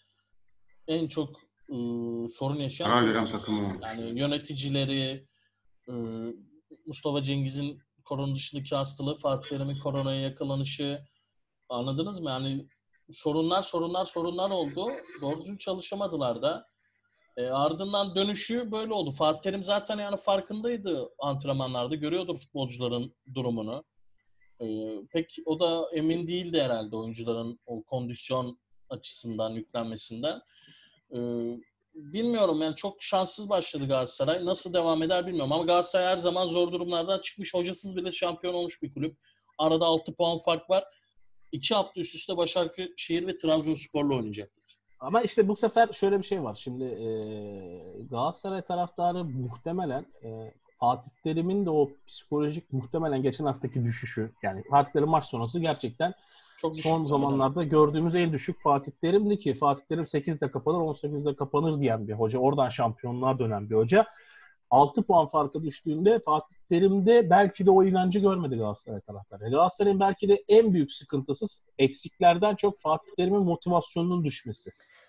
en çok e, sorun yaşayan Karar veren takım olmuş. yani yöneticileri, e, Mustafa Cengiz'in korona dışındaki hastalığı, Fatih Terim'in koronaya yakalanışı, anladınız mı? Yani sorunlar sorunlar sorunlar oldu. Doğru düzgün çalışamadılar da. E, ardından dönüşü böyle oldu. Fatih Terim zaten yani farkındaydı antrenmanlarda. Görüyordur futbolcuların durumunu. E, pek o da emin değildi herhalde oyuncuların o kondisyon açısından, yüklenmesinden. E, bilmiyorum yani çok şanssız başladı Galatasaray. Nasıl devam eder bilmiyorum ama Galatasaray her zaman zor durumlardan çıkmış. Hocasız bile şampiyon olmuş bir kulüp. Arada altı puan fark var. İki hafta üst üste Başakşehir ve Trabzonspor'la oynayacaklar. Ama işte bu sefer şöyle bir şey var. Şimdi e, Galatasaray taraftarı muhtemelen e, Fatih Terim'in de o psikolojik muhtemelen geçen haftaki düşüşü, yani Fatih Terim maç sonrası gerçekten Çok düşük son zamanlarda gördüğümüz en düşük Fatih Terim'di ki Fatih Terim sekizde kapanır on sekizde kapanır diyen bir hoca. Oradan şampiyonluğa dönen bir hoca. altı puan farkı düştüğünde Fatih Terim'de belki de o inancı görmedi Galatasaray taraftarı. Galatasaray'ın belki de en büyük sıkıntısı eksiklerden çok Fatih Terim'in motivasyonunun düşmesi.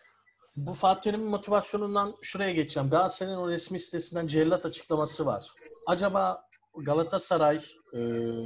Bu Fatih Terim'in motivasyonundan şuraya geçeceğim. Galatasaray'ın o resmi sitesinden cellat açıklaması var. Acaba Galatasaray e,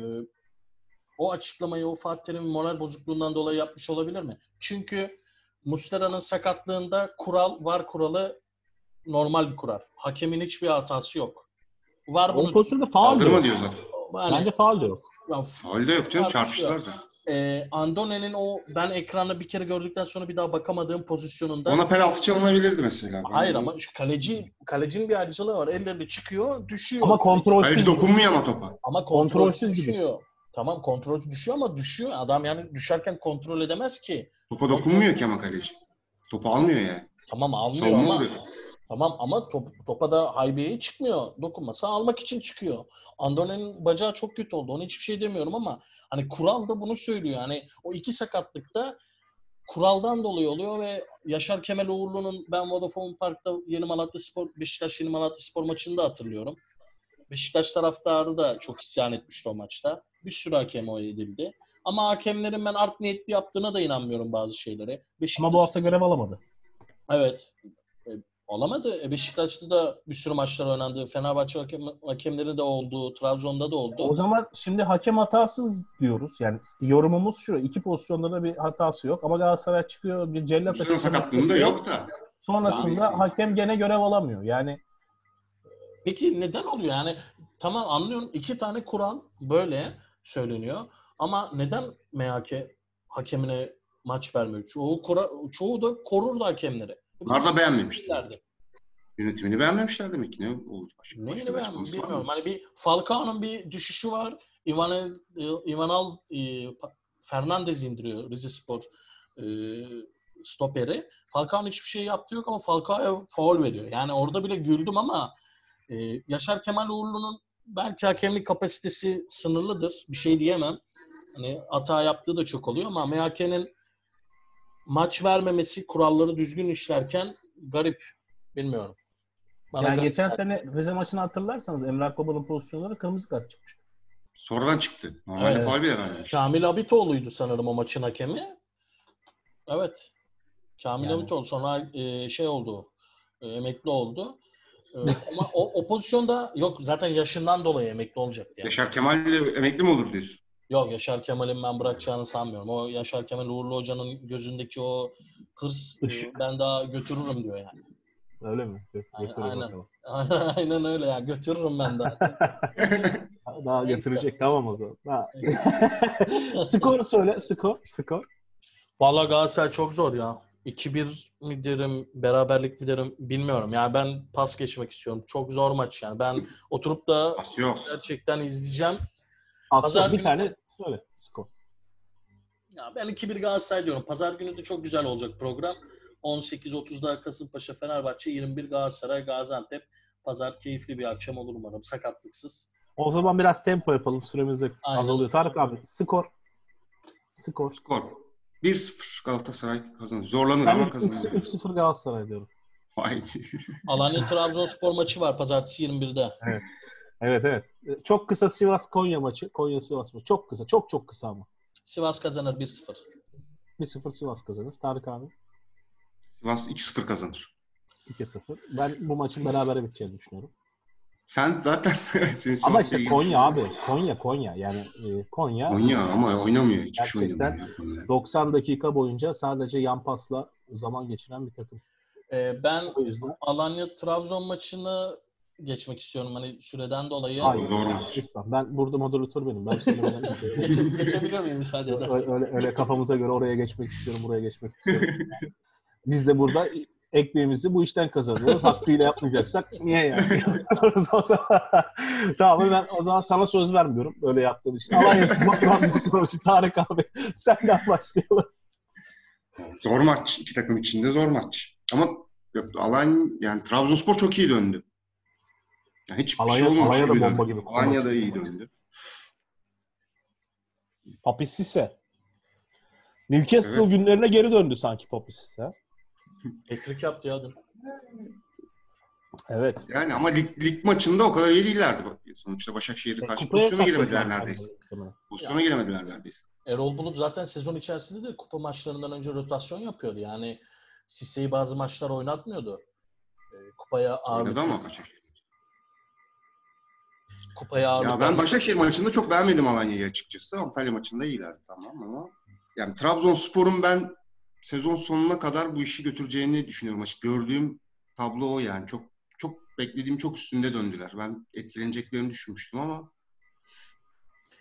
o açıklamayı o Fatih Terim'in moral bozukluğundan dolayı yapmış olabilir mi? Çünkü Muslera'nın sakatlığında kural, var kuralı normal bir kural. Hakemin hiçbir hatası yok. Var bunu. O pozisyonda faul de Kaldırma yok. diyor zaten. Yani, Bence faul de yok. yani, Faul de yok canım. Tartışıyor. Çarpıştılar zaten. e, Andone'nin o ben ekranda bir kere gördükten sonra bir daha bakamadığım pozisyonunda Ona penaltı çalınabilirdi mesela. Ben hayır bunu- ama şu kaleci kalecinin bir ayrıcalığı var. Ellerinde çıkıyor, düşüyor. Ama Kaleci- kontrolsüz Kaleci gibi. dokunmuyor ama topa. Ama kontrolsüz kontrolsüz gibi. düşüyor. Tamam kontrolsüz düşüyor ama düşüyor. Adam yani düşerken kontrol edemez ki. Topa dokunmuyor ki ama kaleci. Topu almıyor yani. Tamam almıyor Savunma ama oluyor. tamam ama top, topa da haybeye çıkmıyor. Dokunmasa almak için çıkıyor. Andone'nin bacağı çok kötü oldu. Ona hiçbir şey demiyorum ama hani kural da bunu söylüyor. Yani o iki sakatlıkta kuraldan dolayı oluyor ve Yaşar Kemal Uğurlu'nun ben Vodafone Park'ta Yeni Malatyaspor Beşiktaş Yeni Malatyaspor maçını da hatırlıyorum. Beşiktaş taraftarı da çok isyan etmişti o maçta. Bir sürü hakem oy edildi. Ama hakemlerin ben art niyetli yaptığına da inanmıyorum bazı şeylere. Beşiktaş... Ama bu hafta görev alamadı. Evet. E, olamadı. E, Beşiktaş'ta da bir sürü maçlar oynandı. Fenerbahçe hakem, hakemleri de oldu. Trabzon'da da oldu. O zaman şimdi hakem hatasız diyoruz. Yani yorumumuz şu. İki pozisyonda da bir hatası yok. Ama Galatasaray çıkıyor. Bir cellat Bu sene sakatlığında yok da. Sonrasında Yani- hakem gene görev alamıyor. Yani Peki neden oluyor? Yani tamam anlıyorum. İki tane kural böyle söyleniyor. Ama neden M H K hakemine maç vermiyor? Çoğu, kura, çoğu da korurdu hakemleri. Bunlar da beğenmemişler. Bizlerdi. Yönetimini beğenmemişler demek ki. Ne oldu? Başka, başka Neyini bir ben açıklaması var bilmiyorum. mı? Hani bir Falcao'nun bir düşüşü var. Ivan Ivanal e, Pa- Fernandez indiriyor Rizespor e, stoperi. Falcao'nun hiçbir şey yaptığı yok ama Falcao'ya faul veriyor. Yani orada bile güldüm ama e, Yaşar Kemal Uğurlu'nun belki hakemlik kapasitesi sınırlıdır. Bir şey diyemem. Hani hata yaptığı da çok oluyor ama M H K'nin maç vermemesi kuralları düzgün işlerken garip. Bilmiyorum. Bana yani garip geçen geldi. sene Rize maçını hatırlarsanız Emrah Baba'nın pozisyonları kırmızı kart çıkmış. Sonradan çıktı. Normalde Evet. faul bile vermemiş. Kamil Abitoğlu'ydu sanırım o maçın hakemi. Evet. Kamil Yani. Abitoğlu sonra e, şey oldu. E, emekli oldu. E, ama o, o pozisyonda yok zaten yaşından dolayı emekli olacaktı yani. Yaşar Kemal ile emekli mi olur diyorsun? Yok Yaşar Kemal'in ben bırakacağını sanmıyorum. O Yaşar Kemal Uğurlu Hoca'nın gözündeki o hırs e, ben daha götürürüm diyor yani. Öyle mi? Gö- Aynen. götürür Aynen, bakalım. aynen öyle ya. Götürürüm ben daha. Daha Neyse. götürecek tamam o zaman. Daha... skor söyle. Skor. Skor. Vallahi Galatasaray çok zor ya. iki bir mi derim, beraberlik mi derim bilmiyorum. Yani ben pas geçmek istiyorum. Çok zor maç yani. Ben oturup da Pas yok. gerçekten izleyeceğim. Az Pazar sonra bir günü- tane söyle. Skor. Ya ben iki bir Galatasaray diyorum. Pazar günü de çok güzel olacak program. on sekiz otuzda Kasımpaşa, Fenerbahçe, yirmi bir Galatasaray, Gaziantep. Pazar keyifli bir akşam olur umarım. Sakatlıksız. O zaman biraz tempo yapalım. Süremiz de Aynen. azalıyor. Tarık abi skor. Skor. Skor. bir sıfır Galatasaray kazanır. Zorlanır Ben ama üç kazanır. sıfır Galatasaray diyorum. Vay. Alanya Trabzonspor maçı var pazartesi yirmi birde. Evet evet. Çok kısa Sivas Konya maçı. Konya Sivas maçı. Çok kısa. Çok çok kısa ama. Sivas kazanır bir sıfır. bir sıfır Sivas kazanır. Tarık abi. Sivas iki sıfır kazanır. iki sıfır. Ben bu maçın berabere biteceğini düşünüyorum. Sen zaten senin Ama Sivas'la işte ilgili Konya düşünüyorsun. abi. Konya Konya. Yani e, Konya, Konya ama oynamıyor. Hiçbir şey Gerçekten oynamıyor. ya Konya. doksan dakika boyunca sadece yan pasla zaman geçiren bir takım. Ee, ben O yüzden Alanya Trabzon maçını geçmek istiyorum hani süreden dolayı. hayır. Zor maç. Lütfen. Ben burada moderatör benim. Ben söylemeden Geçe, geçebilir miyim müsaade edersen? öyle, öyle, öyle kafamıza göre oraya geçmek istiyorum, buraya geçmek istiyorum. Biz de burada ekmeğimizi bu işten kazanıyoruz. Hakkıyla yapmayacaksak niye yani? Tamam ben o zaman sana söz vermiyorum böyle yaptığın için. Alanya Spor Trabzonspor için Tarık abi senden başlayalım. Zor maç. İki takım içinde zor maç. Ama Alanya yani Trabzonspor çok iyi döndü. Yani hiçbir Alanya- şey olmamış Alanya da gibi bomba döndü. gibi. Alanya da iyi döndü. Papi Sisse. Newcastle Evet. günlerine geri döndü sanki Papi Sisse. Hat-trick yaptı ya dün. Evet. Yani ama lig, lig maçında o kadar iyi değillerdi. Sonuçta Başakşehir'e karşı Kupaya pozisyona giremediler sakladılar neredeyse. kendini. Pozisyona giremediler neredeyse. Erol Bulut zaten sezon içerisinde de kupa maçlarından önce rotasyon yapıyordu. Yani Sisse'yi bazı maçlar oynatmıyordu. Ee, kupaya ağırlık. Oynadı ama Başakşehir. Kupaya ağırlık. Ya ben Başakşehir maçında çok beğenmedim Alanya'yı açıkçası. Antalya maçında iyilerdi tamam ama yani Trabzonspor'un ben sezon sonuna kadar bu işi götüreceğini düşünüyorum. Açık gördüğüm tablo o yani. Çok çok beklediğim çok üstünde döndüler. Ben etkileneceklerini düşünmüştüm ama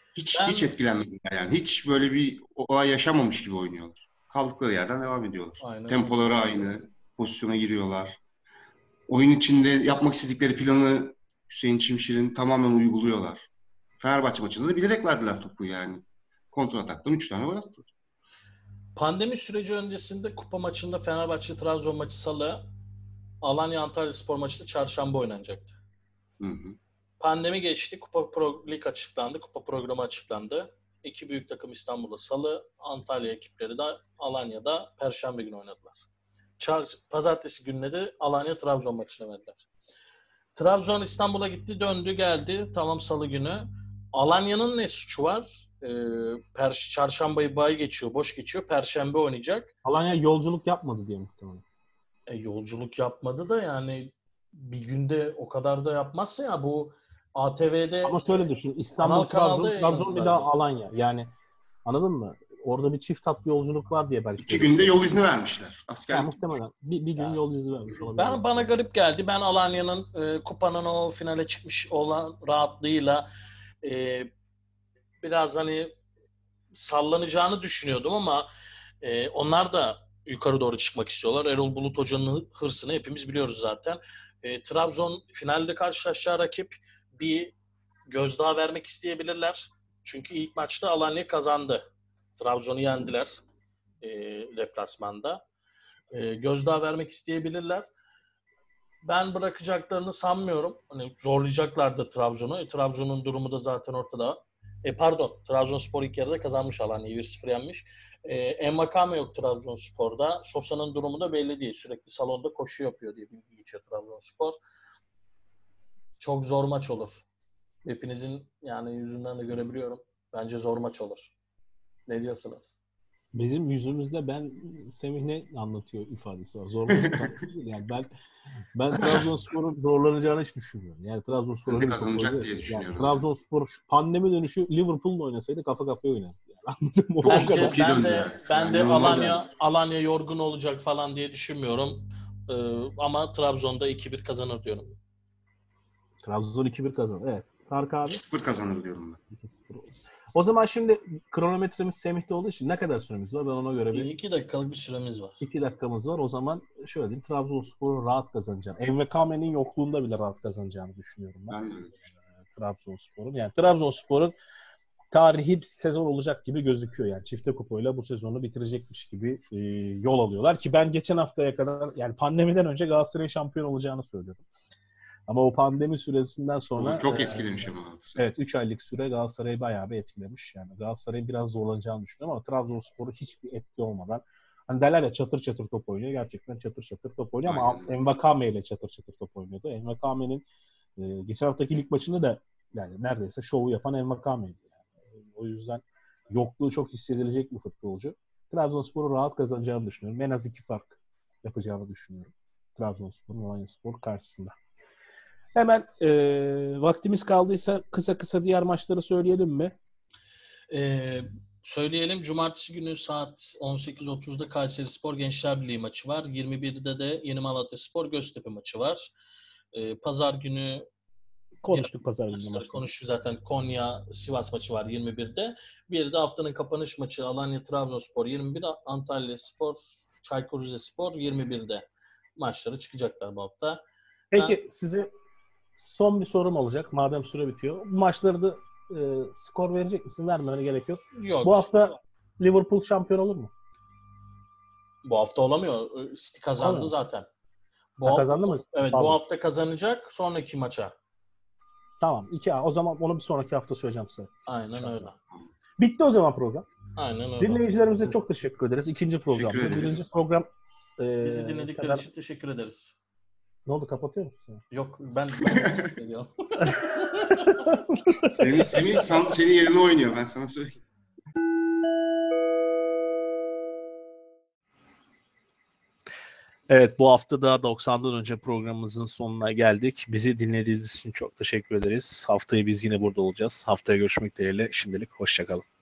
Hiç Ben- hiç etkilenmediler yani. Hiç böyle bir olay yaşamamış gibi oynuyorlar. Kaldıkları yerden devam ediyorlar. Aynen. Tempoları aynı, pozisyona giriyorlar. Oyun içinde yapmak istedikleri planı Hüseyin Çimşir'in tamamen uyguluyorlar. Fenerbahçe maçında da bilerek verdiler topu yani. Kontrataktan üç tane gol attılar. Pandemi süreci öncesinde kupa maçında Fenerbahçe-Trabzon maçı salı, Alanya-Antalyaspor maçı da çarşamba oynanacaktı. Hı hı. Pandemi geçti. Kupa Pro Lig açıklandı. Kupa programı açıklandı. İki büyük takım İstanbul'da salı, Antalya ekipleri de Alanya'da perşembe günü oynadılar. Çar- Pazartesi gününe de Alanya-Trabzon maçını verdiler. Trabzon İstanbul'a gitti, döndü, geldi. Tamam, salı günü. Alanya'nın ne suçu var? Ee, per- Çarşambayı bay geçiyor, boş geçiyor. Perşembe oynayacak. Alanya yolculuk yapmadı diye muhtemelen. E, yolculuk yapmadı da yani bir günde o kadar da yapmazsın ya. Bu A T V'de Ama şöyle düşün. İstanbul, Kanal Kanal'da Trabzon, Trabzon bir yayınladılar daha ya. Alanya. Yani anladın mı? Orada bir çift hatlı yolculuk var diye belki. İki böyle günde bir şey. yol izni vermişler. Ya, Askerlik. muhtemelen. Bir, bir gün Yani. yol izni vermiş olabilir. Ben bana garip geldi. Ben Alanya'nın e, kupanın o finale çıkmış olan rahatlığıyla e, biraz hani sallanacağını düşünüyordum ama e, onlar da yukarı doğru çıkmak istiyorlar. Erol Bulut Hoca'nın hırsını hepimiz biliyoruz zaten. E, Trabzon finalde karşılaşacağı rakip, bir gözdağı vermek isteyebilirler. Çünkü ilk maçta Alanya kazandı. Trabzon'u yendiler e, deplasmanda. E, gözdağı vermek isteyebilirler. Ben bırakacaklarını sanmıyorum. Hani zorlayacaklardır Trabzon'u. E, Trabzon'un durumu da zaten ortada. E, pardon, Trabzonspor ilk yarıda kazanmış, Alanya'yı bir sıfır yenmiş. E, Envakame yok Trabzonspor'da. Sosa'nın durumu da belli değil. Sürekli salonda koşu yapıyor diye bilgi geçiyor Trabzonspor. Çok zor maç olur. Hepinizin yani yüzünden de görebiliyorum. Bence zor maç olur. Ne diyorsunuz? Bizim yüzümüzde ben Semih ne anlatıyor ifadesi var. Zorlanış değil. Yani ben ben Trabzonspor'un zorlanacağını hiç düşünmüyorum. Yani Trabzonspor Ben de öyle bir top kazanacak oynuyor diye ki. düşünüyorum. Yani Trabzonspor pandemi dönüşü Liverpool'la oynasaydı kafa kafaya oynardı. Yani. Anladın mı? O Bence kadar. iyi ben döndü de yani. ben Yani de inanılmaz Alanya döndü. Alanya yorgun olacak falan diye düşünmüyorum. Ee, ama Trabzon'da iki bir kazanır diyorum. Trabzon iki bir kazandı. Evet. Tarık abi. iki sıfır kazanır diyorum ben. iki sıfır oldu. O zaman şimdi kronometremiz Semih'te olduğu için ne kadar süremiz var? Ben ona göre bir İki dakikalık bir süremiz var. iki dakikamız var. O zaman şöyle diyeyim. Trabzonspor'un rahat kazanacağını, Envekame'nin yokluğunda bile rahat kazanacağını düşünüyorum ben. Ben de öyle düşünüyorum. Trabzonspor'un. Yani Trabzonspor'un tarihi bir sezon olacak gibi gözüküyor. Yani çifte kupayla bu sezonu bitirecekmiş gibi e, yol alıyorlar ki ben geçen haftaya kadar yani pandemiden önce Galatasaray şampiyon olacağını söylüyordum. Ama o pandemi süresinden sonra O çok e, etkilemiş ama Galatasaray. evet üç aylık süre Galatasaray'ı bayağı bir etkilemiş. Yani Galatasaray'ın biraz zorlanacağını düşünüyorum ama Trabzonspor'u hiçbir etki olmadan hani derler ya çatır çatır top oynuyor. Gerçekten çatır çatır top oynuyor ama Aynen öyle. Envakame ile çatır çatır top oynuyordu. Envakame'nin e, geçen haftaki lig maçında da yani neredeyse şovu yapan Envakame'ydi. Yani. O yüzden yokluğu çok hissedilecek bir futbolcu. Trabzonspor'u rahat kazanacağını düşünüyorum. En az iki fark yapacağını düşünüyorum. Trabzonspor'un Alanyaspor karşısında. Hemen e, vaktimiz kaldıysa kısa kısa diğer maçları söyleyelim mi? Ee, söyleyelim. Cumartesi günü saat on sekiz otuzda Kayserispor Gençler Birliği maçı var. yirmi birde de Yeni Malatyaspor Göztepe maçı var. Ee, Pazar günü Konuştuk pazar günü maçları maçları. konuştuk zaten. Konya Sivas maçı var yirmi birde. Bir de haftanın kapanış maçı Alanya Trabzonspor yirmi bir, Antalya Spor Çaykur Rizespor yirmi birde maçları çıkacaklar bu hafta. Peki Ben, size son bir sorum olacak. Madem süre bitiyor. Bu maçları da e, skor verecek misin? Vermene gerek yok. yok. Bu hafta Liverpool şampiyon olur mu? Bu hafta olamıyor. City kazandı Olamıyor. zaten. Bu, Ha, kazandı mı? Evet, Pardon. bu hafta kazanacak sonraki maça. Tamam. iki A. O zaman onu bir sonraki hafta söyleyeceğim size. Aynen Şampiyon. öyle. Bitti o zaman program. Aynen öyle. Dinleyicilerimize çok teşekkür ederiz. İkinci program. Teşekkür ederiz. Birinci program e, Bizi dinledikleri kadar... için teşekkür ederiz. Ne oldu? Kapatıyor musun sen? Yok, ben, ben teşekkür ediyorum. Semih, Semih san- senin yerine oynuyor, ben sana söyleyeyim. Evet, bu hafta da doksandan önce programımızın sonuna geldik. Bizi dinlediğiniz için çok teşekkür ederiz. Haftaya biz yine burada olacağız. Haftaya görüşmek dileğiyle. Şimdilik hoşça kalın.